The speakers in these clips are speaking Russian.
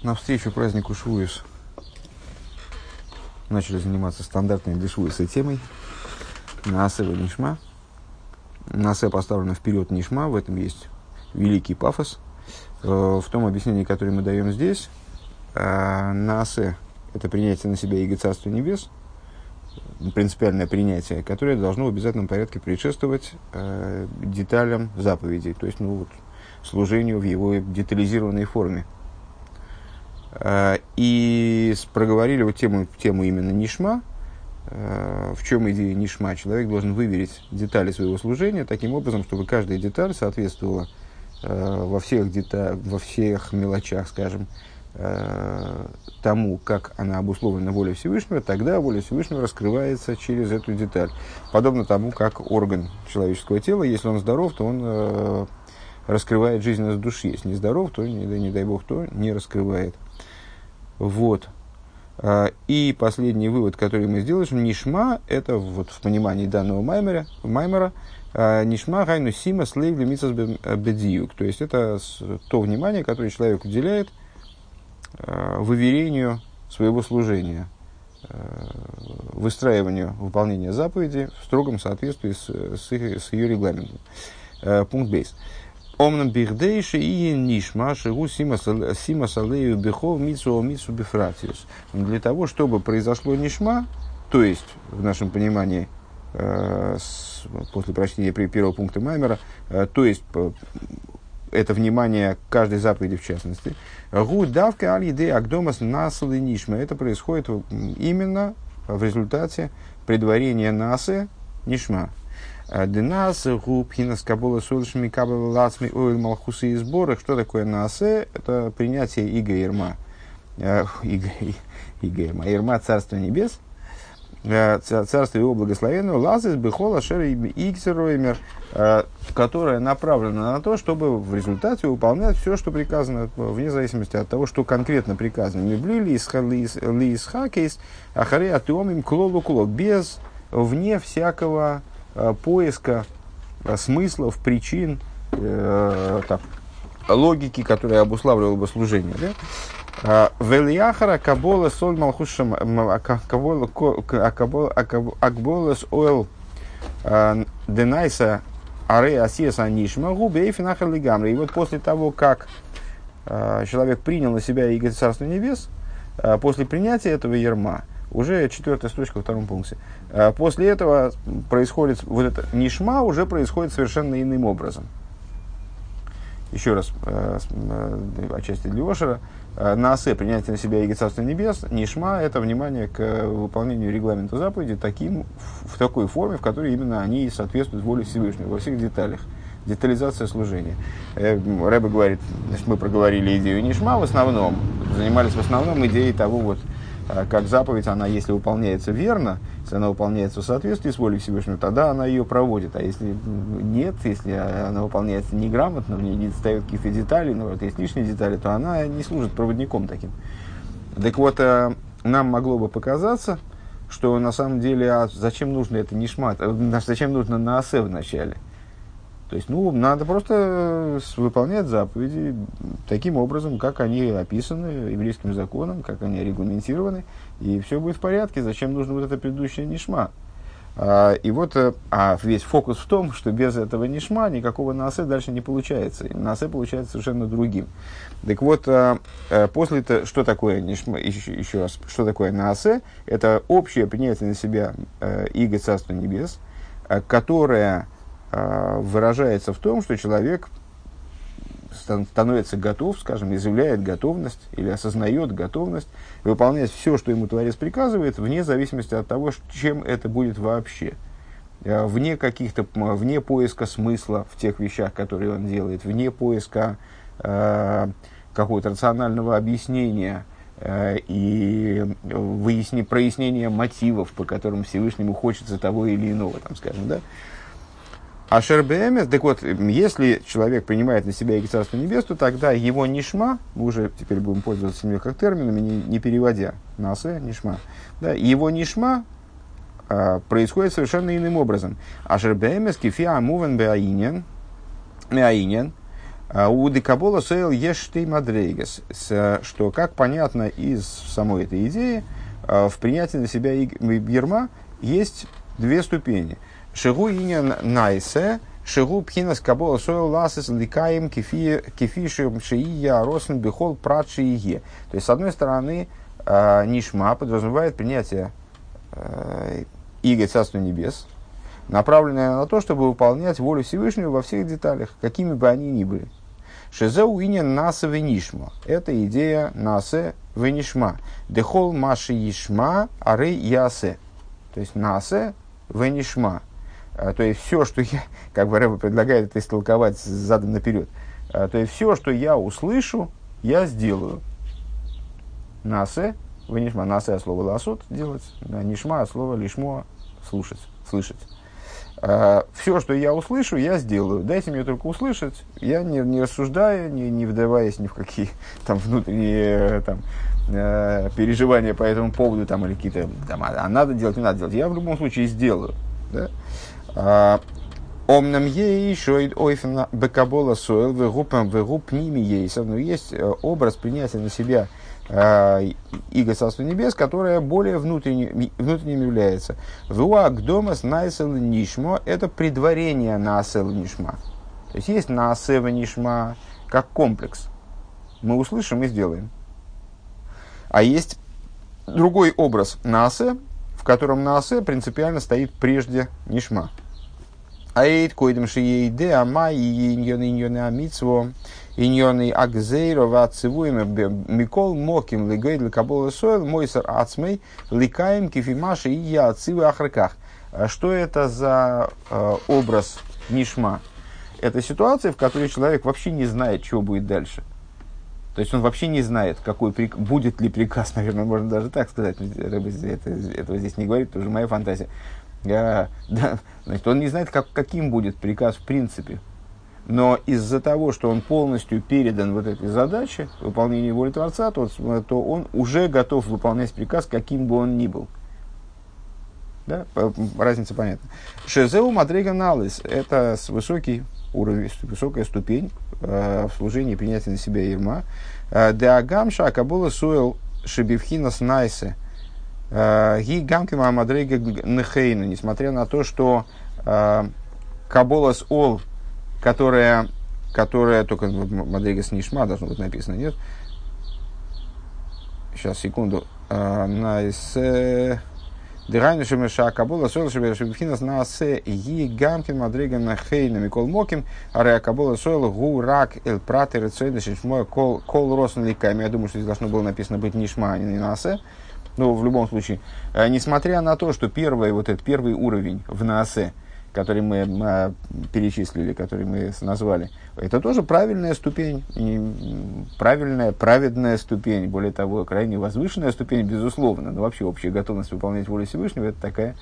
Навстречу празднику Швуис начали заниматься стандартной для Швуиса темой Наасе ва Нишма. Наасе поставлено вперед Нишма, в этом есть великий пафос. В том объяснении, которое мы даем здесь, Наасе – это принятие на себя иго Царства Небес, принципиальное принятие, которое должно в обязательном порядке предшествовать деталям заповедей, то есть служению в его детализированной форме. И проговорили тему именно Нишма. В чем идея Нишма? Человек должен выверить детали своего служения таким образом, чтобы каждая деталь соответствовала во всех мелочах, скажем, тому, как она обусловлена волей Всевышнего. Тогда воля Всевышнего раскрывается через эту деталь. Подобно тому, как орган человеческого тела, если он здоров, то он раскрывает жизненность души. Если не здоров, то, не дай Бог, то не раскрывает. Вот. И последний вывод, который мы сделали, что Нишма – это в понимании данного Маймера, Нишма гайну сима слейв лимитсас бедиюк. То есть, это то внимание, которое человек уделяет выверению своего служения, выстраиванию выполнения заповеди в строгом соответствии с ее регламентом. Пункт бейс. Омнам бихдейши и нишма шигу сима салею бихов митсу бифратиус. Для того, чтобы произошло нишма, то есть, в нашем понимании, после прочтения первого пункта Маймера, то есть, это внимание к каждой заповеди в частности, гу давка аль-еде агдомас насалы нишма. Это происходит именно в результате предварения насы нишма. Денасы, губхинас, кабола, сольшми, кабола, лацми, ойл, малхусы и сборах. Что такое наасе? Это принятие иго Ирма. Ирма, Царство Небес, Царство Его Благословенного, лазис, бехола, шери, иксеруэмер, которое направлено на то, чтобы в результате выполнять все, что приказано, вне зависимости от того, что конкретно приказано. Мебли лисхакейс, ахаре атеомим клолу кло, без, вне всякого поиска смыслов, причин, логики, которая обуславливала бы служение. Велияхара кабола соль малхушам акболас ойл денайса аре асиеса нишма губей финахар лигамри. И вот после того, как человек принял на себя иго Царства Небес, после принятия этого ерма, уже 4-я строчка во втором пункте. После этого происходит, вот это нишма уже происходит совершенно иным образом. Еще раз, отчасти для Ошера. Наасе, принятие на себя иго Царства Небес, нишма – это внимание к выполнению регламента заповеди в такой форме, в которой именно они соответствуют воле Всевышнего во всех деталях. Детализация служения. Рэбе говорит, значит, мы проговорили идею нишма в основном, занимались в основном идеей того, как заповедь, она, если выполняется верно, если она выполняется в соответствии с волей Всевышнего, тогда она ее проводит. А если нет, если она выполняется неграмотно, в ней не достает каких-то деталей, есть лишние детали, то она не служит проводником таким. Так вот, нам могло бы показаться, что на самом деле, зачем нужно это нишма, зачем нужно наасе в начале? То есть, надо просто выполнять заповеди таким образом, как они описаны еврейским законом, как они регламентированы, и все будет в порядке. Зачем нужно вот это предыдущее нишма? Весь фокус в том, что без этого нишма никакого наасе дальше не получается. И наасе получается совершенно другим. Так вот, после этого, что такое нишма, еще раз, что такое наасе? Это общее принятие на себя иго Царства Небес, которое выражается в том, что человек становится готов, скажем, изъявляет готовность или осознает готовность выполнять все, что ему Творец приказывает, вне зависимости от того, чем это будет вообще. Вне поиска смысла в тех вещах, которые он делает, вне поиска какого-то рационального объяснения и прояснения мотивов, по которым Всевышнему хочется того или иного, скажем, да. Ашербемес, так вот, если человек принимает на себя иго Царства Небес, то тогда его нишма, мы уже теперь будем пользоваться ними как терминами, не переводя, наасе, нишма, да, его нишма происходит совершенно иным образом. Ашербемес кифи амувен беаинен, У декабола сойл ештей мадрейгас, что, как понятно из самой этой идеи, в принятии на себя ерма есть две ступени. Шигу иньян найсе, шигу пхинас кабола сойл ласес ликаем кефиши шиия росен бихол прат шиие. То есть, с одной стороны, нишма подразумевает принятие иго Царства Небес, направленное на то, чтобы выполнять волю Всевышнего во всех деталях, какими бы они ни были. Шезеу иньян насе венишма. Это идея насе венишма. Дехол маши ишма арей ясе. То есть насе венишма. То есть все, что я, как бы Рэбе предлагает это истолковать задом наперед. То есть все, что я услышу, я сделаю. Насе венишма. Насе от слова ласот делать. Нишма от слова лишмо слушать, слышать. Все, что я услышу, я сделаю. Дайте мне только услышать, я не рассуждая, не вдаваясь ни в какие там внутренние переживания по этому поводу, там, или какие-то, там, а надо делать, не надо делать. Я в любом случае сделаю. Омнам ей шоид ойфен бекабола сойл вегупам вегуп ними ейсов. Но есть образ принятия на себя иго Царства Небес, которое более внутренним является. Вуак домас найсел нишмо – это предварение наасел нишма. То есть наасева нишма как комплекс. Мы услышим и сделаем. А есть другой образ наасе, в котором наасе принципиально стоит прежде нишма. Аид койдем шиейде амай иньоны иньоны амитсво иньоны агзейро вацивуем микол моким лигейд ликабола сойл мойсер ацмей ликаем кифимаши и я ацивы ахраках. Что это за образ нишма? Это ситуация, в которой человек вообще не знает, что будет дальше. То есть он вообще не знает, будет ли приказ, наверное, можно даже так сказать. Этого здесь не говорит, это уже моя фантазия. Значит, он не знает, каким будет приказ в принципе. Но из-за того, что он полностью передан вот этой задаче, выполнению воли Творца, то он уже готов выполнять приказ, каким бы он ни был. Да? Разница понятна. Шезеу мадрейга налис – это высокий уровень, высокая ступень в служении принятия на себя ерма. Деагамша акабола суэл шебивхинас найсе. Ги гамкима мадрейга нехейна. Несмотря на то, что каболас ол, которая только мадрейга с нишма должно быть написано, нет? Сейчас, секунду. Найсе. Дыхание шемеша кабола сойл шебивхинас насе ги гамкин мадрейга нехейна микол моким арея кабола сойл гу рак эл пратер цойда шишмой кол росн ликами. Я думаю, что здесь должно было написано быть нишма, а не насе. Но в любом случае, несмотря на то, что первый уровень в наасе, который мы перечислили, который мы назвали, это тоже правильная ступень, правильная, праведная ступень, более того, крайне возвышенная ступень, безусловно, но вообще общая готовность выполнять волю Всевышнего, это такая,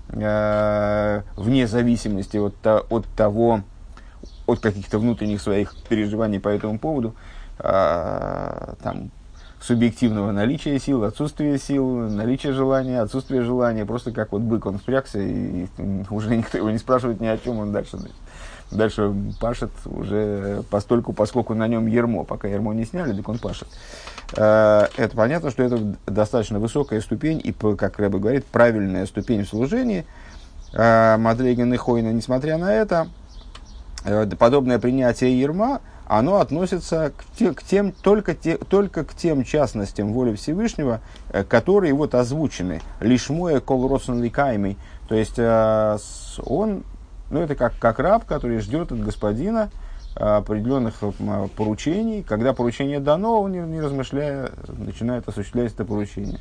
вне зависимости от каких-то внутренних своих переживаний по этому поводу, там, субъективного наличия сил, отсутствия сил, наличия желания, отсутствия желания. Просто как вот бык, он спрягся, и уже никто его не спрашивает ни о чем, он дальше пашет уже поскольку на нем ермо. Пока ермо не сняли, так он пашет. Это понятно, что это достаточно высокая ступень, и, как Рэбе говорит, правильная ступень в служении. Мадрейген и Хойна, несмотря на это, подобное принятие ерма, оно относится только к тем частностям воли Всевышнего, которые вот озвучены. Лишмоя кол родствен ликаемый. То есть он, это как раб, который ждет от господина определенных поручений. Когда поручение дано, он, не размышляя, начинает осуществлять это поручение.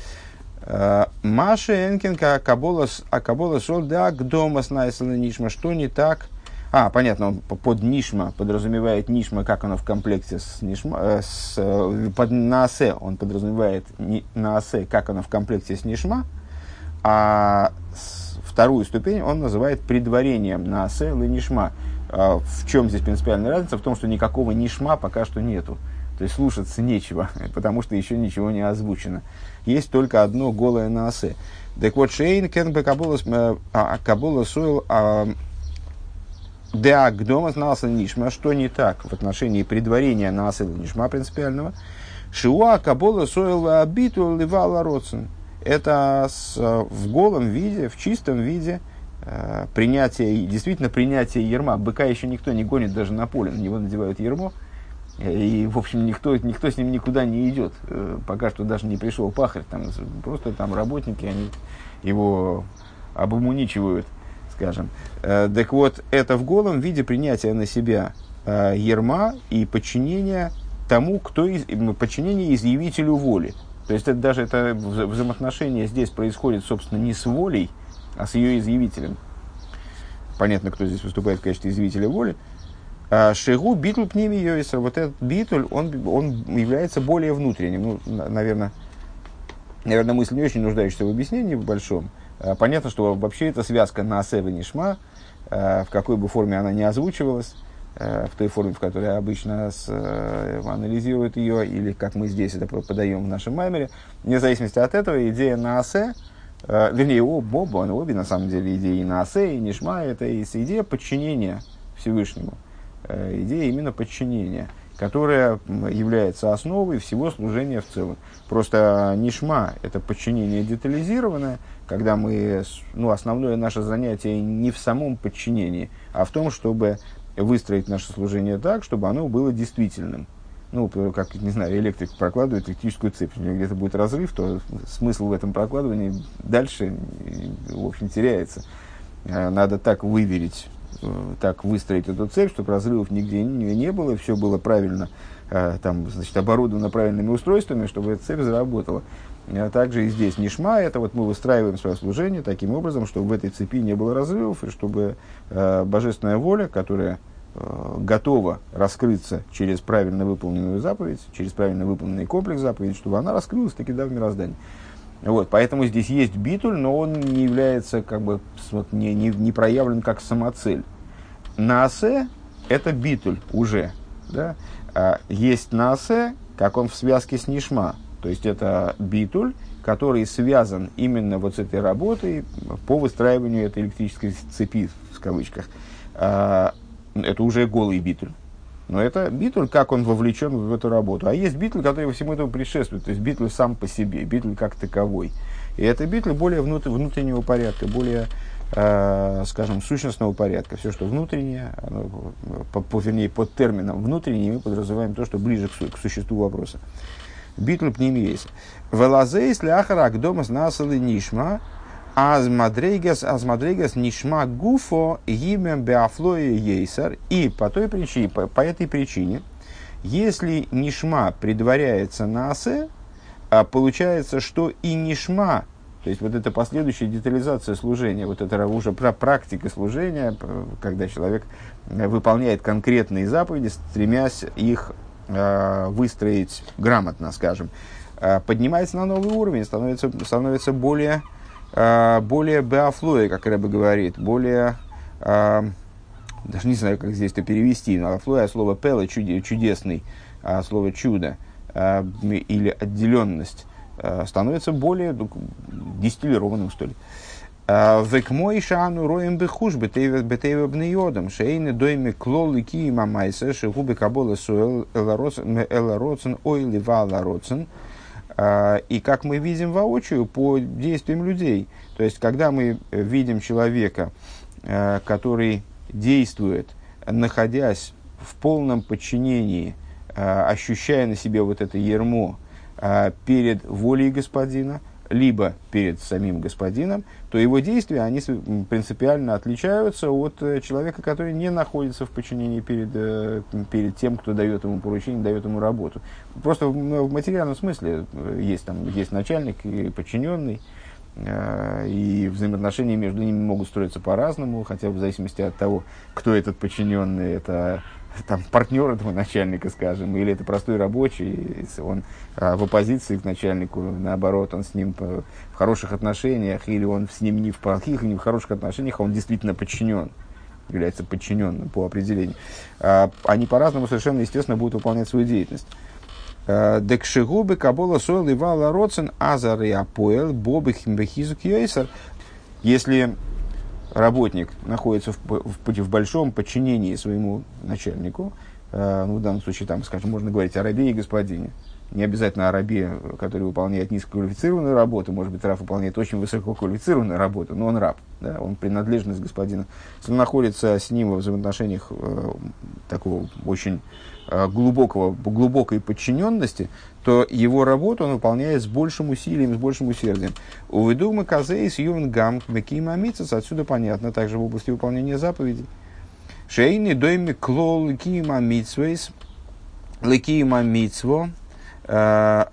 Маша Энкинка Акабола Солдак дома снайсала нишма. Что не так? Понятно, он под нишма подразумевает нишма, как оно в комплекте с нишма, под наасе он подразумевает наасе, как оно в комплекте с нишма, а вторую ступень он называет предварением наасе ле нишма. В чем здесь принципиальная разница? В том, что никакого нишма пока что нету. То есть слушаться нечего, потому что еще ничего не озвучено. Есть только одно голое наасе. Так вот, шейн кен бе кабола сойл Деак дома знался нишма, что не так в отношении предварения наасыла нишма принципиального. Шиуа кабола соила абиту ливала родсен. Это в голом виде, в чистом виде принятие, действительно принятие ерма. Быка еще никто не гонит даже на поле, на него надевают ермо. И, в общем, никто с ним никуда не идет. Пока что даже не пришел пахарь. Там, просто там работники, они его обумуничивают, скажем. Так вот, это в голом виде принятия на себя ерма и подчинения тому, подчинение изъявителю воли. То есть, это взаимоотношение здесь происходит, собственно, не с волей, а с ее изъявителем. Понятно, кто здесь выступает в качестве изъявителя воли. Шегу битуль пними йойсер. Вот этот битуль, он является более внутренним. Ну, наверное, мысль не очень нуждающаяся в объяснении в большом. Понятно, что вообще эта связка наасе венишма, в какой бы форме она ни озвучивалась, в той форме, в которой обычно анализируют ее, или как мы здесь это подаем в нашем маймере, вне зависимости от этого, идея наасе, вернее, обе на самом деле идеи наасе и нишма, это идея подчинения Всевышнему. Идея именно подчинения, которая является основой всего служения в целом. Просто нишма – это подчинение детализированное, когда основное наше занятие не в самом подчинении, а в том, чтобы выстроить наше служение так, чтобы оно было действительным. Как, не знаю, электрик прокладывает электрическую цепь, если где-то будет разрыв, то смысл в этом прокладывании дальше, в общем, теряется. Надо так выверить, так выстроить эту цепь, чтобы разрывов нигде не было, все было правильно, оборудовано правильными устройствами, чтобы эта цепь заработала. Также и здесь нишма, это мы выстраиваем свое служение таким образом, чтобы в этой цепи не было разрывов, и чтобы божественная воля, которая готова раскрыться через правильно выполненную заповедь, через правильно выполненный комплекс заповедей, чтобы она раскрылась таки в мироздании. Поэтому здесь есть битуль, но он не является, не проявлен как самоцель. Наасе – это битуль уже. Да? Есть наасе, как он в связке с нишма. То есть, это битуль, который связан именно с этой работой по выстраиванию этой электрической цепи, в кавычках. Это уже голый битуль. Но это битуль, как он вовлечен в эту работу. А есть битуль, который всему этому предшествует. То есть, битуль сам по себе, битуль как таковой. И это битуль более внутреннего порядка, более, скажем, сущностного порядка. Все, что внутреннее, под термином внутреннее мы подразумеваем то, что ближе к существу вопроса. Битуль пними есть. Велазейс ляхара агдомас насалы нишма, аз мадрейгас нишма гуфо гимем беафлое ейсар. И по этой причине, если нишма предваряется наасе, получается, что и нишма, то есть это последующая детализация служения, это уже практика служения, когда человек выполняет конкретные заповеди, стремясь их выстроить грамотно, скажем, поднимается на новый уровень, становится более беафлоя, как Рэбе говорит, более, даже не знаю, как здесь это перевести, но афлоя, слово пела, чудесный, а слово чудо или отделенность, становится более дистиллированным, что ли. Век мой шану роем бехуш бетеев бнеодам шейны дойме клолы киима майса шегубе кабола суэл элароцен ой лива лароцен. И как мы видим воочию по действиям людей, то есть когда мы видим человека, который действует, находясь в полном подчинении, ощущая на себе это ярмо перед волей господина, либо перед самим господином, то его действия, они принципиально отличаются от человека, который не находится в подчинении перед тем, кто дает ему поручение, дает ему работу. Просто в материальном смысле есть начальник и подчиненный, и взаимоотношения между ними могут строиться по-разному, хотя бы в зависимости от того, кто этот подчиненный, это партнер этого начальника, скажем, или это простой рабочий, если он в оппозиции к начальнику, наоборот, он с ним в хороших отношениях, или он с ним не в плохих и не в хороших отношениях, а он действительно подчинен, является подчиненным по определению. Они по-разному совершенно естественно будут выполнять свою деятельность. Декшигубы кабола сойл и вала роцен азар и апоэл бобы химбехизук йойсер. Если работник находится в большом подчинении своему начальнику, в данном случае, там, скажем, можно говорить о рабе и господине. Не обязательно о рабе, который выполняет низкоквалифицированную работу, может быть, раб выполняет очень высококвалифицированную работу, но он раб, да, он принадлежность господина. Если он находится с ним в взаимоотношениях такого очень глубокой подчиненности, то его работу он выполняет с большим усилием, с большим усердием. Увидумы казейс ювенгам мекима митцес, отсюда понятно, также в области выполнения заповедей. Шейни дойми клол кима митцвейс, лекима митцво, в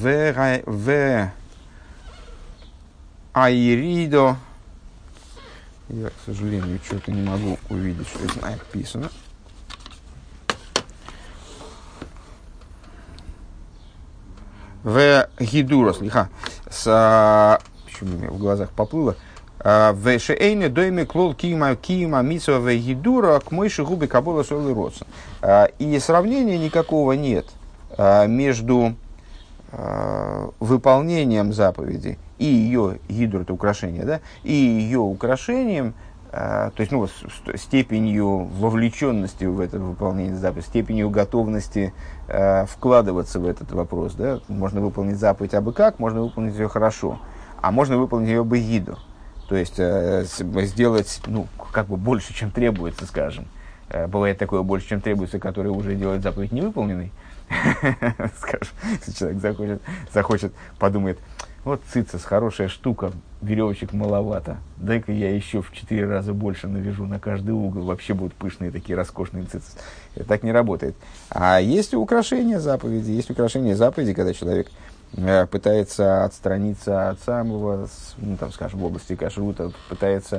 айридо. Я, к сожалению, что-то не могу увидеть, что здесь написано. В гидура, слиха, почему у меня в глазах поплыло, в шейне дойме клол кима митсва в гидура к мойши губи кабола солы родса. И сравнения никакого нет между выполнением заповеди и ее гидур, это украшение, да, и ее украшением, то есть, ну, степенью вовлеченности в это выполнение заповеди, степенью готовности вкладываться в этот вопрос. Да? Можно выполнить заповедь абы как, можно выполнить ее хорошо, а можно выполнить ее бы гидур. То есть, сделать, ну, как бы больше, чем требуется, скажем. Бывает такое больше, чем требуется, которое уже делает заповедь невыполненной. Скажем, если человек захочет, подумает, вот цицис, хорошая штука, веревочек маловато, дай-ка я еще в 4 раза больше навяжу на каждый угол, вообще будут пышные такие роскошные цицис. Это так не работает. А есть украшения заповеди, когда человек пытается отстраниться от самого, ну, там, скажем, в области кашрута, пытается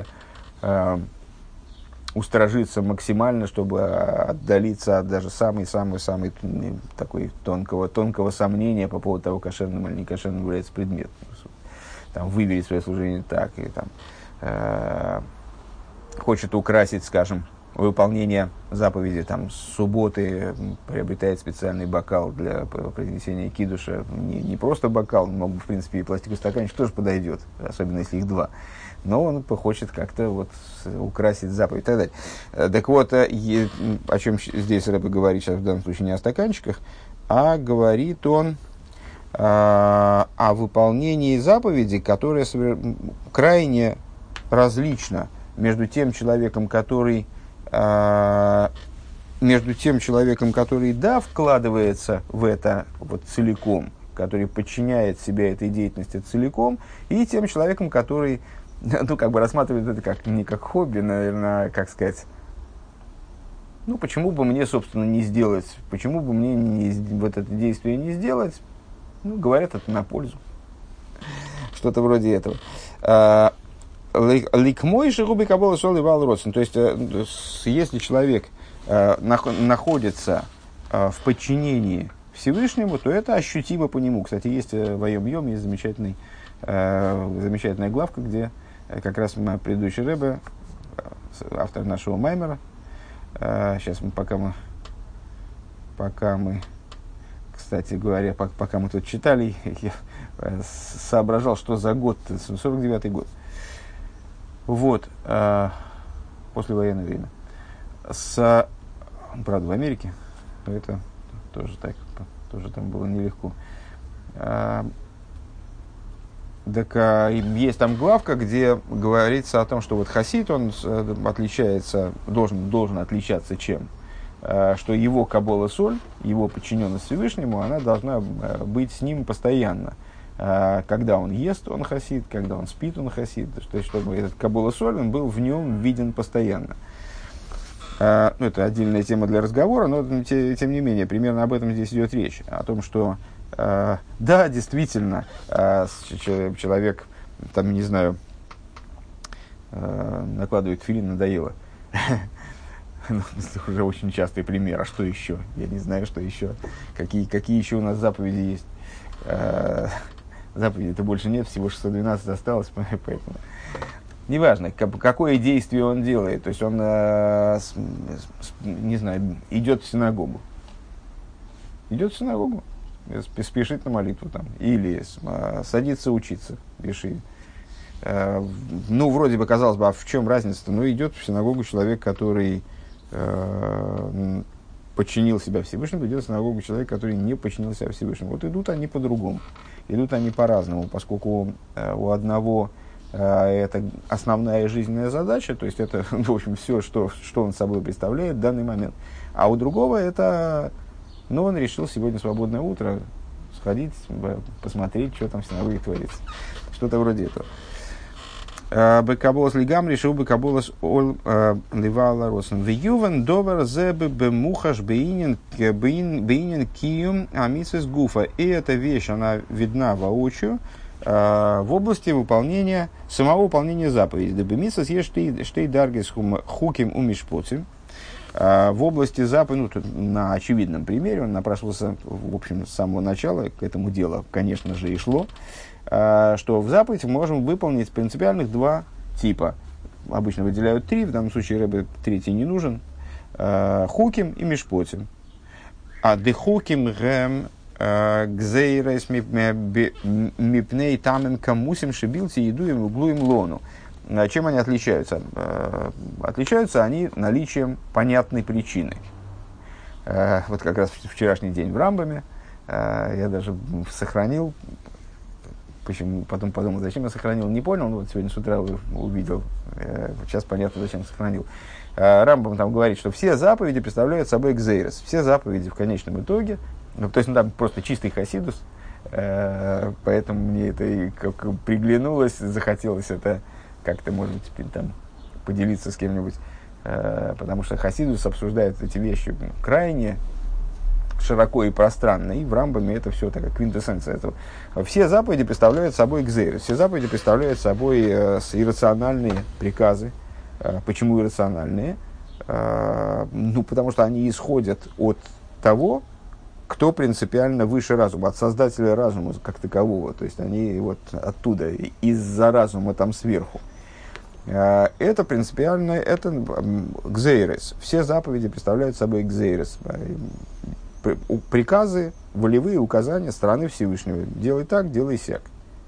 усторожиться максимально, чтобы отдалиться от даже самой-самой-самой такой тонкого сомнения по поводу того, кошерным или не кошерным является предмет. Там, выверить свое служение так, и там, хочет украсить, скажем, выполнение заповеди, там, с субботы приобретает специальный бокал для произнесения кидуша. Не просто бокал, мог бы, в принципе, и пластиковый стаканчик тоже подойдет, особенно если их 2. Но он хочет как-то вот украсить заповедь и так далее. Так вот, о чем здесь Рэбе говорит сейчас в данном случае не о стаканчиках, а говорит он о выполнении заповеди, которая крайне различна между тем человеком, который да, вкладывается в это вот целиком, который подчиняет себя этой деятельности целиком, и тем человеком, который, ну, как бы рассматривает это как, не как хобби, наверное, как сказать, ну, почему бы мне, собственно, не сделать, почему бы мне вот это действие не сделать, ну, говорят, это на пользу. Что-то вроде этого. Ликмой шигуби кабола сол и вал родсен. То есть, если человек находится в подчинении Всевышнему, то это ощутимо по нему. Кстати, есть в Айом-Йом есть замечательная главка, где как раз предыдущий Ребе, автор нашего Маймера, сейчас пока мы, кстати говоря, пока мы тут читали, я соображал, что за год, 49-й год. Вот, послевоенное время. Правда, в Америке, но это тоже так, тоже там было нелегко. Так, есть там главка, где говорится о том, что вот хасид, он отличается, должен отличаться чем? Что его кабола соль, его подчиненность Всевышнему, она должна быть с ним постоянно. Когда он ест, он хасид, когда он спит, он хасид. Чтобы этот кабола соль, он был в нем виден постоянно. Ну, это отдельная тема для разговора, но тем не менее, примерно об этом здесь идет речь. О том, что да, действительно, человек, там, не знаю, накладывает тфилин, надоело. Уже очень частый пример. А что еще? Я не знаю, что еще. Какие еще у нас заповеди есть. Заповедей-то больше нет, всего 612 осталось, поэтому... Неважно, какое действие он делает. То есть он, не знаю, идет в синагогу. Спешит на молитву там. Или садится учиться, Ну, вроде бы, казалось бы, а в чем разница-то? Ну, идет в синагогу человек, который подчинил себя Всевышнему, идет в синагогу человек, который не подчинил себя Всевышнему. Вот идут они по-другому, идут они по-разному, поскольку у одного это основная жизненная задача, то есть это, в общем, все, что он собой представляет в данный момент. А у другого это, ну, он решил сегодня свободное утро сходить, посмотреть, что там в синагоге творится. Что-то вроде этого. Бекаболос лигам решил бекаболос ол ливала росен. Вьювен довер зебе бемухаш бейнин киюм амисес гуфа. И эта вещь, она видна воочию в области выполнения, самого выполнения заповедей. Дебемисес есть штей даргес хуким умишпоцим. В области заповедей, ну, тут на очевидном примере, он напрашивался, в общем, с самого начала, к этому делу, конечно же, и шло, что в заповедь мы можем выполнить принципиальных два типа. Обычно выделяют три, в данном случае Ребе третий не нужен. Хуким и мишпотим. А де хуким гэм гзейрес мипней тамен камусим шибилти едуем углуем лону. Чем они отличаются? Отличаются они наличием понятной причины. Вот как раз вчерашний день в Рамбаме я даже сохранил. Почему? Потом подумал, зачем я сохранил, не понял, но вот сегодня с утра увидел, сейчас понятно, зачем сохранил. Рамбам там говорит, что все заповеди представляют собой экзейрес, все заповеди в конечном итоге, то есть, ну, там просто чистый хасидус, поэтому мне это и как приглянулось, захотелось это как-то, может быть, там, поделиться с кем-нибудь, потому что хасидус обсуждает эти вещи крайне широко и пространно, и в Рамбаме это все такая квинтэссенция этого. Все заповеди представляют собой экзейрес, все заповеди представляют собой иррациональные приказы. Почему иррациональные? Ну, потому что они исходят от того, кто принципиально выше разума, от создателя разума как такового. То есть они вот оттуда, из-за разума там сверху. Это принципиально, это гзейрес. Все заповеди представляют собой гзейрес. Приказы, волевые указания стороны Всевышнего. Делай так, делай сяк.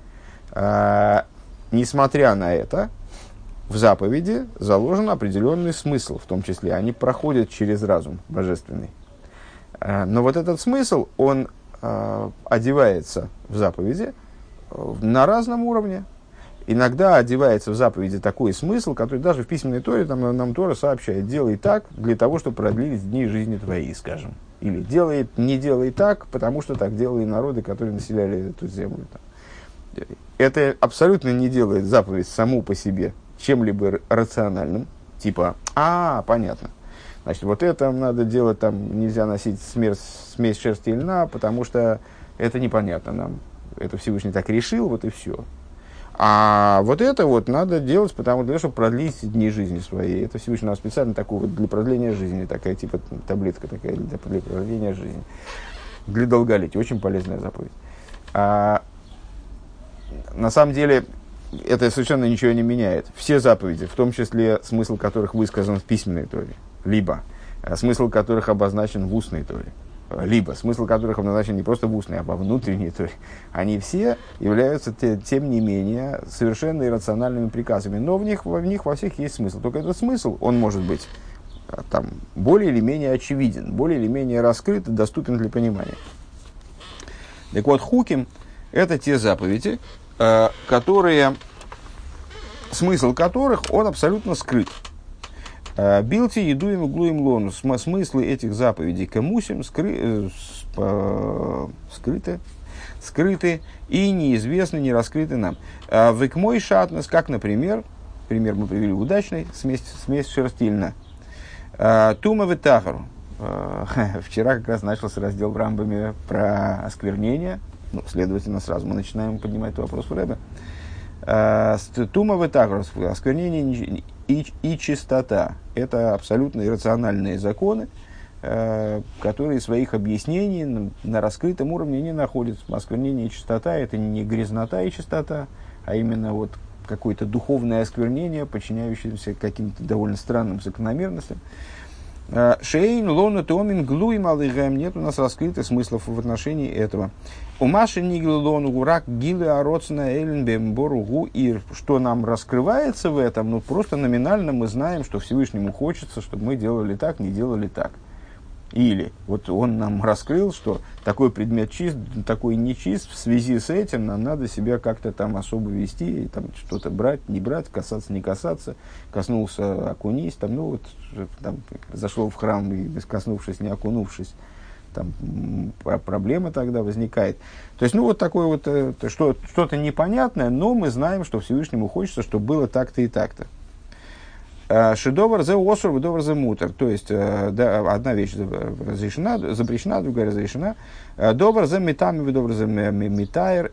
Несмотря на это, в заповеди заложен определенный смысл, в том числе. Они проходят через разум божественный. Но вот этот смысл, он одевается в заповеди на разном уровне. Иногда одевается в заповеди такой смысл, который даже в письменной Торе нам Тора сообщает: делай так для того, чтобы продлились дни жизни твоей, скажем. Или не делай так, потому что так делали народы, которые населяли эту землю. Это абсолютно не делает заповедь саму по себе чем-либо рациональным. Типа, понятно. Значит, вот это надо делать, там нельзя носить смесь шерсти и льна, потому что это непонятно нам. Это Всевышний так решил, вот и все. А вот это вот надо делать, потому что, чтобы продлить дни жизни своей. Это Всевышний нам специально такую вот для продления жизни, такая типа таблетка такая для продления жизни. Для долголетия. Очень полезная заповедь. На самом деле, это совершенно ничего не меняет. Все заповеди, в том числе смысл которых высказан в письменной Торе, либо смысл которых обозначен в устной Торе, либо смысл которых обозначен не просто в устной, а во внутренней Торе, они все являются, тем не менее, совершенно иррациональными приказами. Но в них во всех есть смысл. Только этот смысл, он может быть там, более или менее очевиден, более или менее раскрыт и доступен для понимания. Так вот, хуким – это те заповеди, смысл которых он абсолютно скрыт. Билти, едуем, углуем лону. Смыслы этих заповедей камусим скрыты и неизвестны, не раскрыты нам. Векмой шатнес, как, например, пример мы привели удачный, смесь шерсти и льна. Тума ветахару. Вчера как раз начался раздел в Рамбаме про осквернение. Ну, следовательно, сразу мы начинаем поднимать этот вопрос в Ребе. Тума ветахару, осквернение и чистота. Это абсолютно иррациональные законы, которые своих объяснений на раскрытом уровне не находят. Осквернение и чистота – это не грязнота и чистота, а именно вот какое-то духовное осквернение, подчиняющееся каким-то довольно странным закономерностям. Шейн, лону, томин, глуим, алыгэм. Нет у нас раскрытых смыслов в отношении этого. У Маши нигл лону гурак гилы ароцна эльнбем боругу ир. Что нам раскрывается в этом? Ну, просто номинально мы знаем, что Всевышнему хочется, чтобы мы делали так, не делали так. Или вот он нам раскрыл, что такой предмет чист, такой нечист, в связи с этим нам надо себя как-то там особо вести, там что-то брать, не брать, касаться, не касаться, коснулся, окунись, там, ну вот, там, зашел в храм и коснувшись, не окунувшись, там проблема тогда возникает. То есть, ну вот такое вот, что-то непонятное, но мы знаем, что Всевышнему хочется, чтобы было так-то и так-то. Шедовар зе осур, ведовар зе мутер. То есть, да, одна вещь разрешена, запрещена, другая разрешена. Довар зе метами, ведовар зе метайр.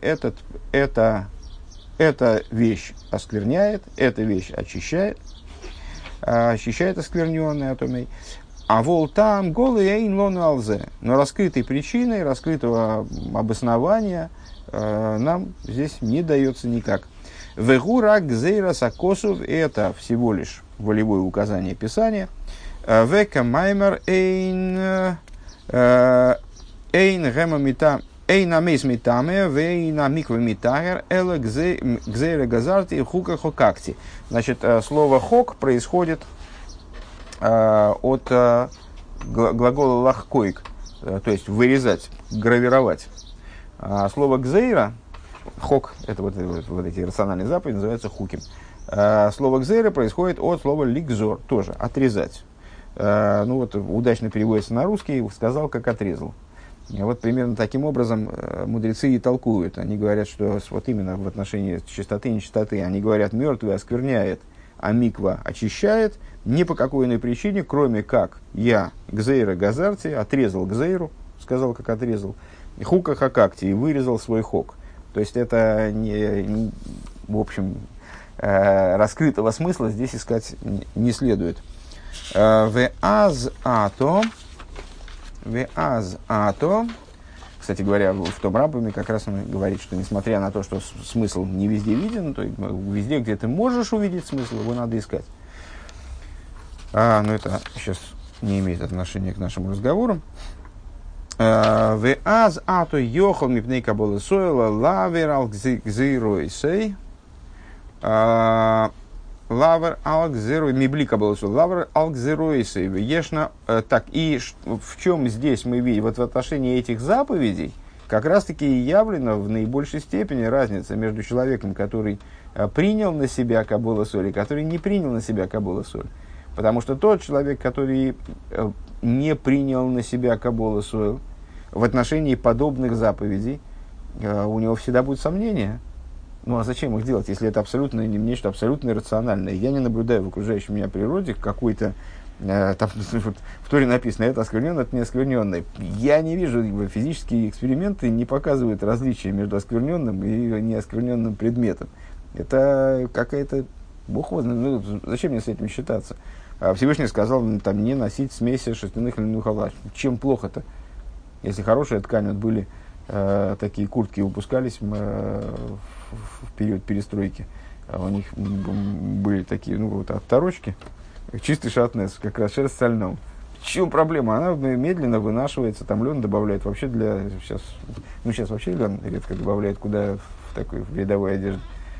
Эта вещь оскверняет, эта вещь очищает оскверненный атомей. А вол там голый эйн лону алзе. Но раскрытой причиной, раскрытого обоснования нам здесь не дается никак. Вегура гзейра сакосов, это всего лишь волевое указание Писания. Века маймер эйн гэма мита эйн амейс митаме вейн амиква митагер эла гзейра газарти хука хокакти. Значит, слово хок происходит от глагола лахкоик, то есть вырезать, гравировать. Слово гзейра, хок, это вот эти рациональные заповеди, называются хуким. Слово гзейра происходит от слова ликзор, тоже отрезать. Ну вот удачно переводится на русский, сказал, как отрезал. Вот примерно таким образом мудрецы и толкуют. Они говорят, что вот именно в отношении чистоты и нечистоты, они говорят, мертвый оскверняет, а миква очищает, ни по какой иной причине, кроме как я гзейра газарти, отрезал гзейру, сказал, как отрезал, хука хакакти, и вырезал свой хок. То есть это, в общем, раскрытого смысла здесь искать не следует. Веаз ато. Кстати говоря, в том Рамбаме как раз он говорит, что несмотря на то, что смысл не везде виден, то везде, где ты можешь увидеть смысл, его надо искать. Но это сейчас не имеет отношения к нашему разговору. Веаз ато йохал мипней каболы сойла лавер ал гзиройсей. Лавер ал гзирой миблика было сойла лавер ал гзиройсей. Ешна. Так, и в чем здесь мы видим, вот в отношении этих заповедей, как раз-таки и явлена в наибольшей степени разница между человеком, который принял на себя кабола соль, и который не принял на себя кабола соль. Потому что тот человек, который не принял на себя кабола соль, в отношении подобных заповедей, у него всегда будет сомнение. Ну а зачем их делать, если это абсолютно нечто абсолютно иррациональное? Я не наблюдаю в окружающей меня природе какой-то, там в Торе написано, это оскверненное, это не оскверненное. Я не вижу, физические эксперименты не показывают различия между оскверненным и неоскверненным предметом. Это какая-то, бог его знает, ну, зачем мне с этим считаться? Всевышний сказал, там, не носить смеси шерстяных льняных халат. Чем плохо-то? Если хорошая ткань, вот были такие куртки, выпускались в период перестройки, у них были такие, ну, вот оторочки, чистый шатнес, как раз шерсть стальном. В чем проблема? Она медленно вынашивается, там лен добавляют вообще сейчас вообще лен редко добавляют куда в такой в рядовой одежде.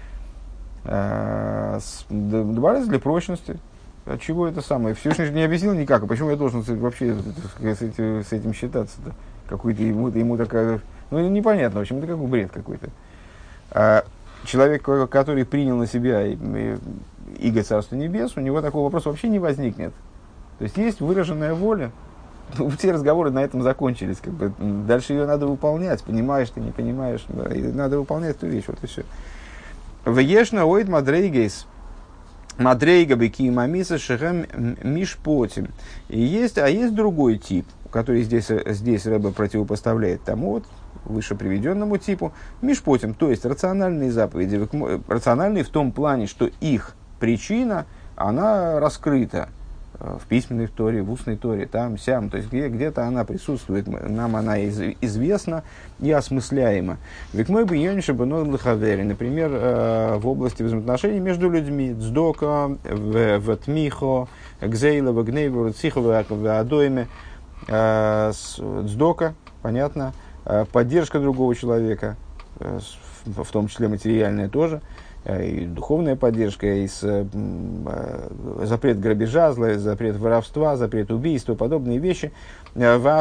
Добавляется для прочности. От чего это самое? Всевышний же не объяснил никак, а почему я должен вообще с этим считаться-то? Какой-то ему такая... Ну, непонятно, в общем, это какой бред какой-то. Человек, который принял на себя иго Царства Небес, у него такого вопроса вообще не возникнет. То есть, есть выраженная воля. Все разговоры на этом закончились. Как бы. Дальше ее надо выполнять. Понимаешь ты, не понимаешь. Да, и надо выполнять эту вещь. Вот и все. Вешна оид мадрейгейс. Мадрейга беки мамиса шехем мишпотим. Есть другой тип, который здесь Рэбе противопоставляет тому вот выше приведенному типу мишпотим, то есть рациональные заповеди, рациональные в том плане, что их причина, она раскрыта, в письменной Торе, в устной Торе, там, сям, то есть где-то она присутствует, нам она известна и осмысляема. Ведь мой бы йониш бенон лхавери, например, в области взаимоотношений между людьми, цдока, ватмихо, гзейла, вагнейву, цихова, адойме, цдока, понятно, поддержка другого человека, в том числе материальная тоже, и духовная поддержка, и запрет грабежа, запрет воровства, запрет убийства, подобные вещи. То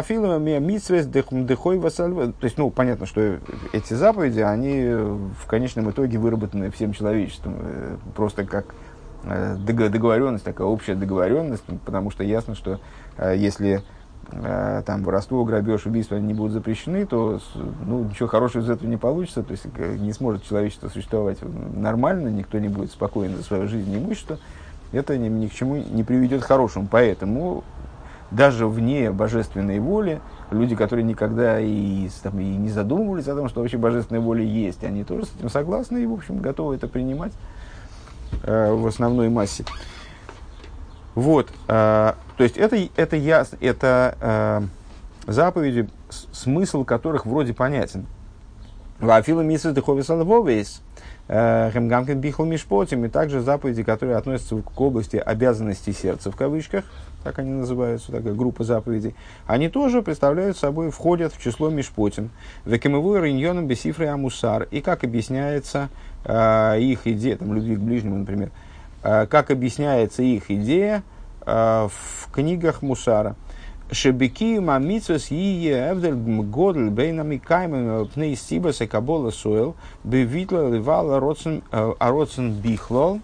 есть, понятно, что эти заповеди, они в конечном итоге выработаны всем человечеством, просто как договоренность, такая общая договоренность, потому что ясно, что если там воровство, грабеж, убийство они не будут запрещены, то ничего хорошего из этого не получится, то есть не сможет человечество существовать нормально, никто не будет спокоен за свою жизнь и имущество, это ни к чему не приведет к хорошему. Поэтому даже вне божественной воли люди, которые никогда и не задумывались о том, что вообще божественная воля есть, они тоже с этим согласны и, в общем, готовы это принимать в основной массе. Вот, то есть это заповеди, смысл которых вроде понятен. Вафила мисс дыховис алвовейс, хемгамкин бихл мишпотим, и также заповеди, которые относятся к области обязанностей сердца, в кавычках, так они называются, такая группа заповедей, они тоже представляют собой, входят в число мишпотим. Векемеву риньоном бесифрей амусар, и как объясняется их идея, там, любви к ближнему, например, как объясняется их идея в книгах Мусара. Шебеки мамитсвес ие эвдель годль бейнами каймами пней сибаса кабола сойл бевитла ливала ароцен бихлол.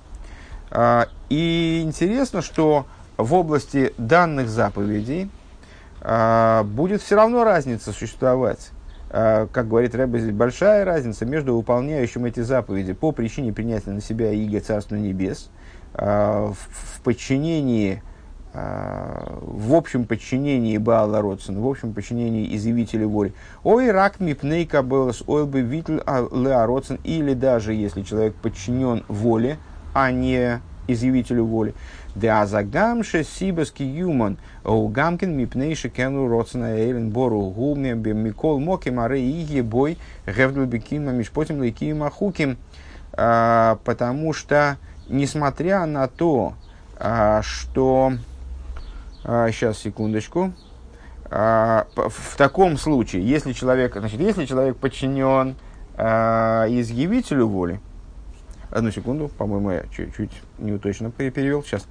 И интересно, что в области данных заповедей будет все равно разница существовать. Как говорит Ребе, здесь большая разница между выполняющим эти заповеди по причине принятия на себя иго Царства Небес, в подчинении, в общем подчинении Баала Родсен, в общем подчинении изъявителя воли. Ой, рак мипней кабелас, ой бы витл леа Родсен, или даже если человек подчинен воле, а не изъявителю воли. Да загамше сибаски юман, о гамкин мипнейши кену Родсена эйлен бору гуме микол моки маре иге бой гевдл бекима мишпотим лейкима хуким, потому что несмотря на то, что... Сейчас, секундочку. В таком случае, если человек подчинен изъявителю воли... Одну секунду, по-моему, я чуть-чуть неуточно перевел. Сейчас.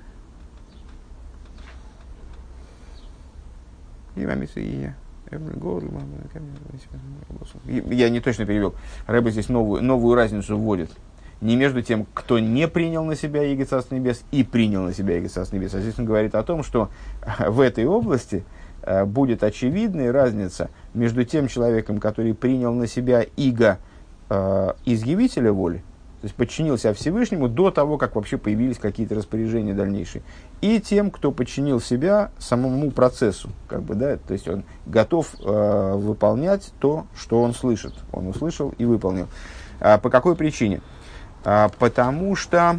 Я не точно перевел. Рэбе здесь новую разницу вводит. Не между тем, кто не принял на себя иго Царства Небес и принял на себя иго Царства Небес. А здесь он говорит о том, что в этой области будет очевидная разница между тем человеком, который принял на себя иго изъявителя воли, то есть подчинил себя Всевышнему до того, как вообще появились какие-то распоряжения дальнейшие, и тем, кто подчинил себя самому процессу, то есть он готов выполнять то, что он слышит. Он услышал и выполнил. По какой причине? Потому что,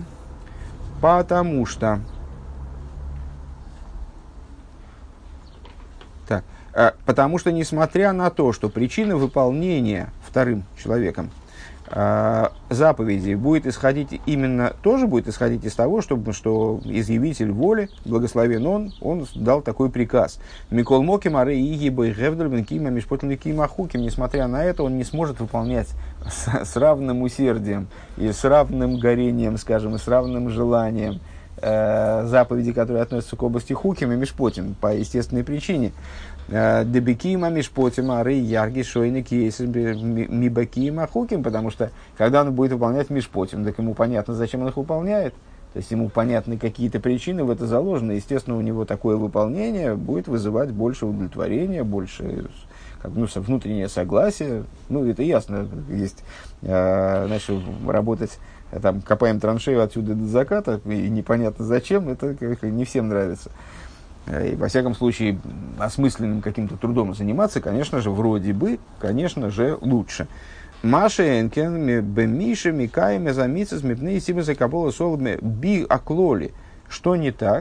несмотря на то, что причина выполнения вторым человеком заповеди будет исходить из того, что изъявитель воли, благословен он дал такой приказ. Микол Моки Маре Иги Бойгевдаль Кима Мишпотли Кима Хуким. Несмотря на это, он не сможет выполнять с равным усердием и с равным горением, скажем, и с равным желанием заповеди, которые относятся к области Хуким и Мишпотим по естественной причине. Дебекима Мишпотим Ары Ярги Шойны Кейсис Мибакима Хуким, потому что когда он будет выполнять Мишпотим, так ему понятно, зачем он их выполняет. То есть ему понятны какие-то причины в это заложены. Естественно, у него такое выполнение будет вызывать больше удовлетворения, больше внутреннее согласие. Это ясно. Есть, работать, копаем траншею отсюда до заката, и непонятно зачем, это не всем нравится. И, во всяком случае, осмысленным каким-то трудом заниматься, конечно же, лучше. Маша Энкен, Бемиша, Микаеме, Замицес, Мипней, Сибаса, Кабола, Соломе, Би Аклоли. Что не так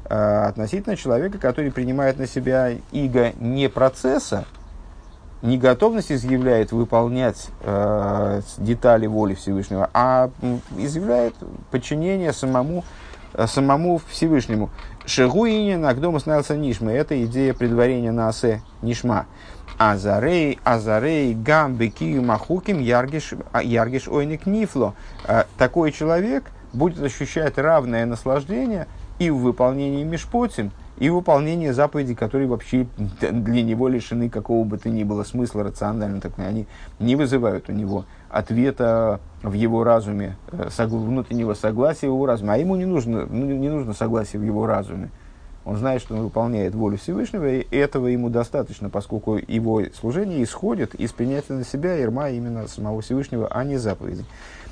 относительно человека, который принимает на себя иго не процесса, не готовность изъявляет выполнять детали воли Всевышнего, а изъявляет подчинение самому Всевышнему. Шегуини нагдома снялся нишма. Это идея предварения на асе нишма. Азарей, гам, бекию, махуким, яргиш ойник нифло. Такой человек будет ощущать равное наслаждение и в выполнении мишпотим, и в выполнении заповедей, которые вообще для него лишены какого бы то ни было смысла рационально. Так, они не вызывают у него ответа в его разуме, внутреннего согласия в его разуме. А ему не нужно согласие в его разуме. Он знает, что он выполняет волю Всевышнего, и этого ему достаточно, поскольку его служение исходит из принятия на себя ярма именно самого Всевышнего, а не заповедей.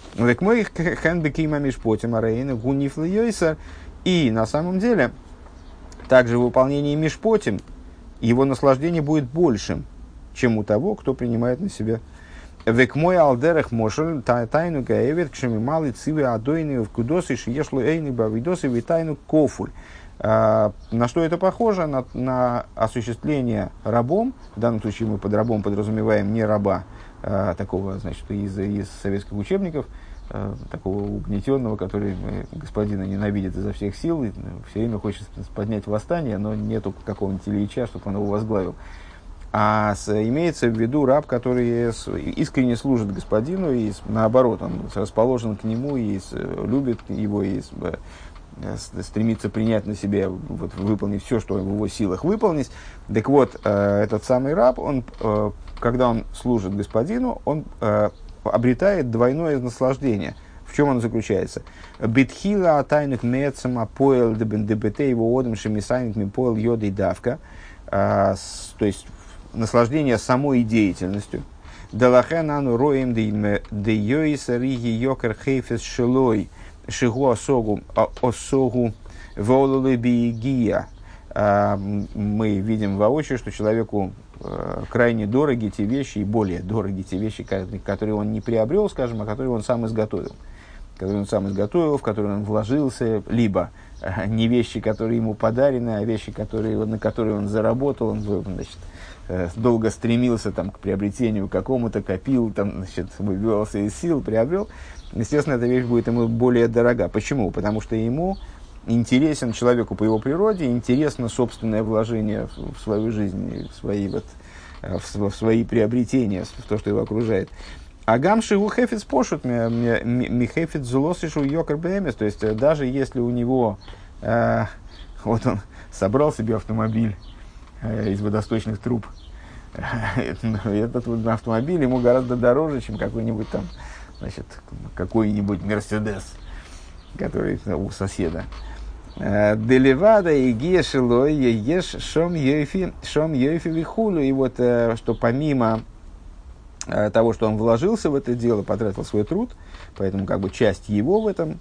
И на самом деле, также в выполнении мишпотим его наслаждение будет большим, чем у того, кто принимает на себя. Век мой алдерах мошель тайну гаевет кшеми малый цивы адойны в кудосы шиешло эйны бавидосы витайну кофуль. На что это похоже? На осуществление рабом, в данном случае мы под рабом подразумеваем не раба, такого, значит, из советских учебников, такого угнетенного, который господина ненавидит изо всех сил, и все время хочет поднять восстание, но нету какого-нибудь Ильича, чтобы он его возглавил. Имеется в виду раб, который искренне служит господину, и наоборот, он расположен к нему, и любит его, и стремится принять на себя, выполнить все, что в его силах выполнить. Так вот, этот самый раб, когда он служит господину, он обретает двойное наслаждение. В чем оно заключается? Битхила тайнук мецама поэл дебт его одам шемисайник ми поэл йоды давка. То есть наслаждение самой деятельностью. Далахен ану роем де йоис риги йокер хейфес шелой шигу осогу вололы биегия. Мы видим воочию, что человеку крайне дороги те вещи, и более дороги те вещи, которые он не приобрел, скажем, а которые он сам изготовил. В которые он вложился, либо не вещи, которые ему подарены, а вещи, на которые он заработал, он, значит, долго стремился там, к приобретению какому-то, копил, там, значит, выбивался из сил, приобрел. Естественно, эта вещь будет ему более дорога. Почему? Потому что ему интересен человеку по его природе, интересно собственное вложение в свою жизнь, в свои приобретения, в то, что его окружает. А гамши у хефиц пошут, михефиц зулосишу йокер бэмес. То есть, даже если у него, вот он собрал себе автомобиль из водосточных труб, этот автомобиль ему гораздо дороже, чем какой-нибудь там, значит, какой-нибудь Мерседес, который у соседа. Делевада и гешелой еш шом йофи вихулю. И вот, что помимо того, что он вложился в это дело, потратил свой труд, поэтому как бы часть его в этом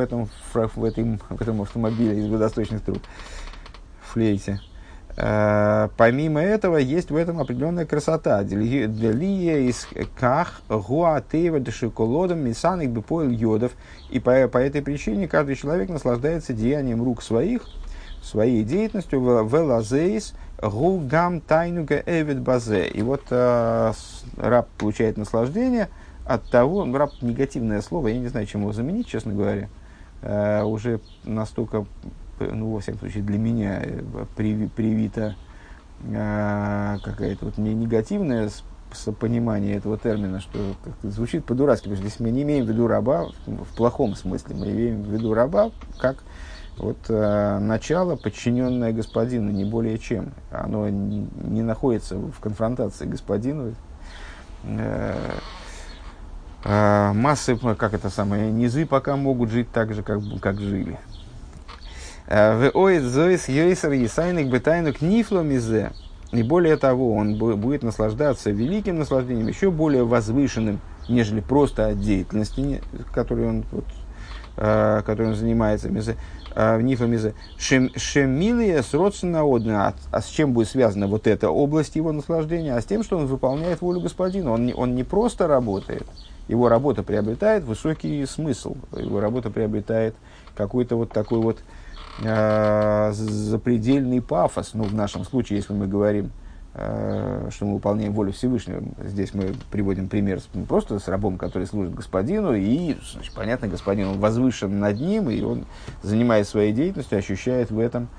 автомобиле из водосточных труб, флейте. Помимо этого, есть в этом определенная красота. Делия из ках гуатева дешиколодом мисаник бепоил йодов. И по этой причине каждый человек наслаждается деянием рук своих, своей деятельностью в лазейс гугам тайнуга эвид базе. И вот раб получает наслаждение от того, раб — негативное слово, я не знаю, чем его заменить, честно говоря, уже настолько, во всяком случае, для меня привита какая-то вот негативное понимание этого термина, что звучит по-дурацки, потому что здесь мы не имеем в виду раба в плохом смысле, мы имеем в виду раба как вот начало, подчиненное господину, не более чем. Оно не находится в конфронтации господину. Массы, как это самое, низы пока могут жить так же, как жили. И более того, он будет наслаждаться великим наслаждением, еще более возвышенным, нежели просто от деятельности, которой он занимается. Шемилия сродственно одна. А с чем будет связана вот эта область его наслаждения? А с тем, что он выполняет волю господина. Он не просто работает. Его работа приобретает высокий смысл. Его работа приобретает какой-то вот такой вот запредельный пафос. Ну, в нашем случае, если мы говорим, что мы выполняем волю Всевышнего, здесь мы приводим пример просто с рабом, который служит господину, и, значит, понятно, господин, он возвышен над ним, и он, занимаясь своей деятельностью, ощущает в этом,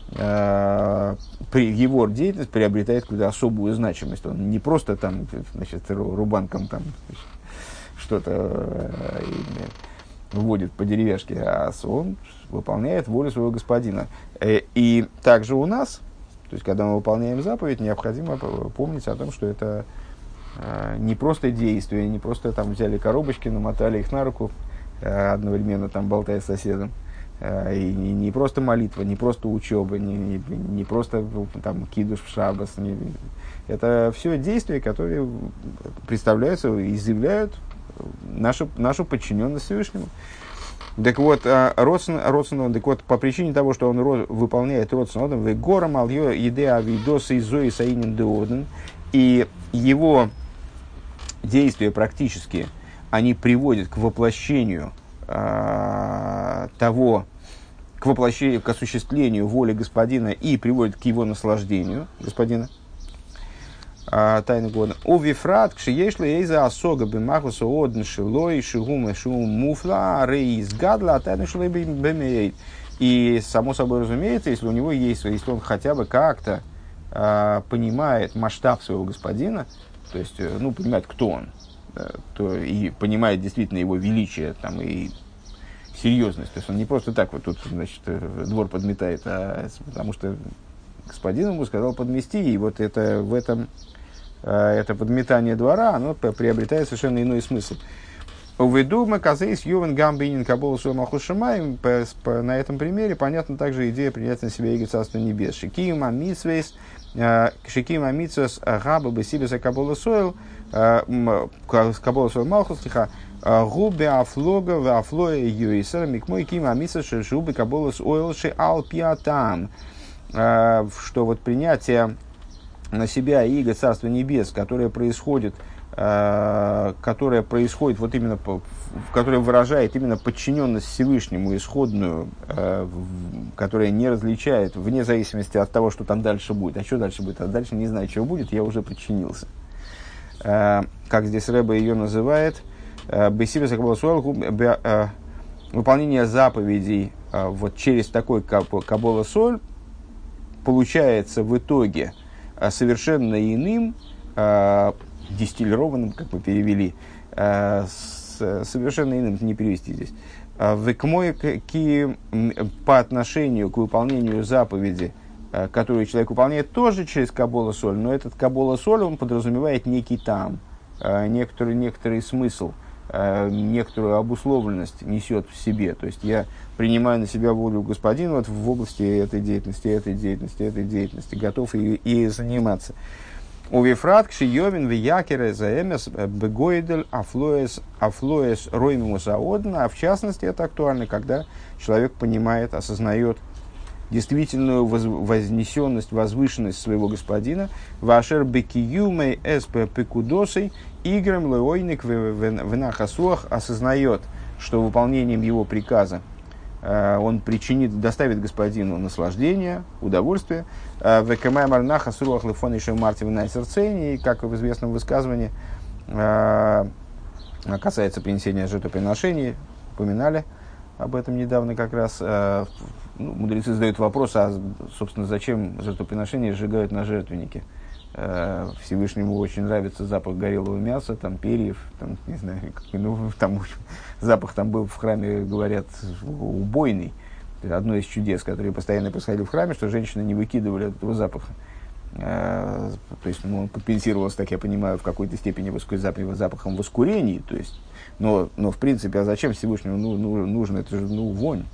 его деятельность приобретает какую-то особую значимость. Он не просто там, значит, рубанком там что-то вводит по деревяшке, а он выполняет волю своего господина. И также у нас, то есть, когда мы выполняем заповедь, необходимо помнить о том, что это не просто действие, не просто там взяли коробочки, намотали их на руку, одновременно там болтая с соседом, и не просто молитва, не просто учеба, не просто там кидуш в шаббас. Это все действия, которые представляются, изъявляют нашу подчиненность Всевышнему. Так вот, родственным, так вот, по причине того, что он выполняет родственным, вы гором алью идея видоса изои саинин деоден, и его действия практически, они приводят к воплощению к осуществлению воли господина и приводят к его наслаждению господина. Тайны года. У вифрат кшиешли эйза осога бимахуса одн шилой шигума шум муфла рейс гадла тайны шилой бемеет. И само собой разумеется, если у него есть, если он хотя бы как-то понимает масштаб своего господина, то есть, ну, понимает, кто он, то и понимает действительно его величие там, и серьезность. То есть он не просто так вот тут, значит, двор подметает, а потому что господин ему сказал подмести, и вот это в этом это подметание двора, оно приобретает совершенно иной смысл. Уведума казейс ювен гамбинин кабол суэмаху шамаем. На этом примере понятна также идея принять на себя иго Царства Небес. Шикима митсвейс габа бесибеса кабола сойл кабола сойл малхус лиха губе афлога в афлоя юисера микмой кима митсвейс шешубе кабола сойл ши алпиатам. Что вот принятие на себя иго Царства Небес, которое происходит вот именно, которое выражает именно подчиненность Всевышнему исходную, которая не различает вне зависимости от того, что там дальше будет. А что дальше будет? А дальше не знаю, что будет, я уже подчинился. Как здесь Рэбе ее называет, выполнение заповедей вот через такой кабола соль получается в итоге совершенно иным, дистиллированным, как мы перевели, совершенно иным, не перевести здесь, по отношению к выполнению заповеди, которую человек выполняет тоже через кабола соль, но этот кабола соль, он подразумевает некий там, некоторый смысл, некоторую обусловленность несет в себе. То есть я принимаю на себя волю господина вот в области этой деятельности, готов и заниматься. У вифрат кшиёвин виякере заэмес бегоидель афлоэс роймимус аодна. А в частности, это актуально, когда человек понимает, осознает действительную вознесенность, возвышенность своего господина. Вашер бекиюмей эспэ пекудосой играм леойник венахасуах, осознает, что выполнением его приказа он доставит господину наслаждение, удовольствие. Векэмай марнаха суруах лефон еще марти винай сердцени, как в известном высказывании касается принесения жертвоприношений, упоминали об этом недавно как раз. Мудрецы задают вопрос, а, собственно, зачем жертвоприношения сжигают на жертвеннике? Всевышнему очень нравится запах горелого мяса, там, перьев, там, не знаю, там, запах там был в храме, говорят, убойный. Это одно из чудес, которые постоянно происходили в храме, что женщины не выкидывали от этого запаха. То есть, он компенсировался, так я понимаю, в какой-то степени запахом воскурений. То есть, но в принципе, а зачем Всевышнему нужно? Это же вонь,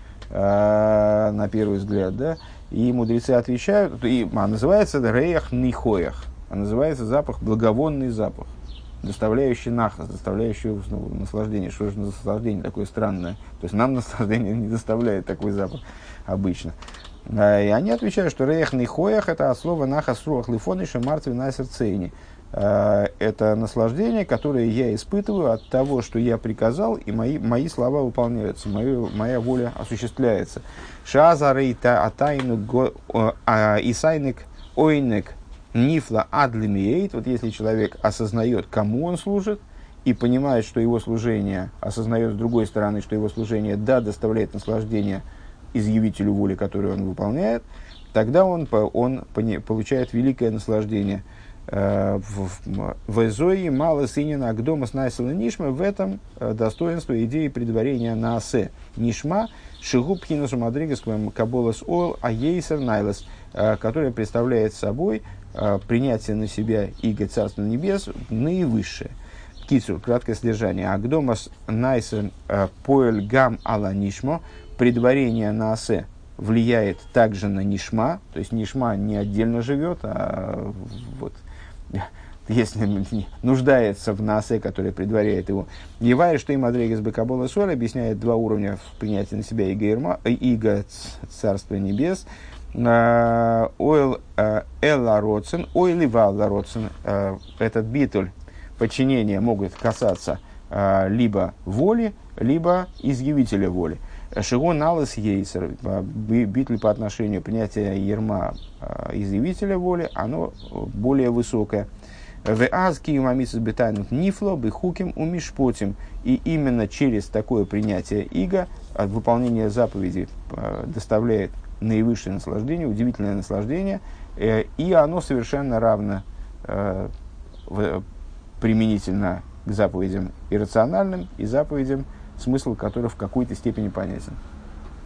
на первый взгляд, да? И мудрецы отвечают, называется реях нихоях, называется запах, благовонный запах, доставляющий нахас, доставляющий наслаждение. Что же наслаждение такое странное? То есть нам наслаждение не доставляет такой запах обычно. И они отвечают, что реях нихоях это от слова нахас руах лифониши мартви на сердцейни. Это наслаждение, которое я испытываю от того, что я приказал, и мои слова выполняются, моя воля осуществляется. Шазарейта атайну исайник ойнек нифла адлимиейт. Вот если человек осознает, кому он служит, и понимает, что его служение, осознает с другой стороны, что его служение, да, доставляет наслаждение изъявителю воли, которую он выполняет, тогда он получает великое наслаждение. В Эзои мало сынина Агдома снайсила Нишма, в этом достоинство идеи предварения на Асе. Нишма шигуб хинусу мадригас каболас ойл аейсер найлас, которая представляет собой принятие на себя иго Царства Небес наивысшее. Кицур, краткое содержание. Агдомас найсен поэль гам ала нишмо, предварение на Асе влияет также на нишма, то есть нишма не отдельно живет, а вот, если нуждается в наасе, который предваряет его. Евай, что и Мадрегес Бекабола Соль объясняет два уровня в принятии на себя иго Царства Небес. Ойл Элла Родсен, ойл и Валла Родсен. Этот битуль подчинения могут касаться либо воли, либо изъявителя воли. Шигон алыс ейсер, битуль по отношению принятия ерма изъявителя воли, оно более высокое. В азки умамисус бетайнут нифло бихуким умишпотим. И именно через такое принятие иго выполнение заповедей доставляет наивысшее наслаждение, удивительное наслаждение, и оно совершенно равно применительно к заповедям иррациональным и заповедям, смысл которых в какой-то степени понятен.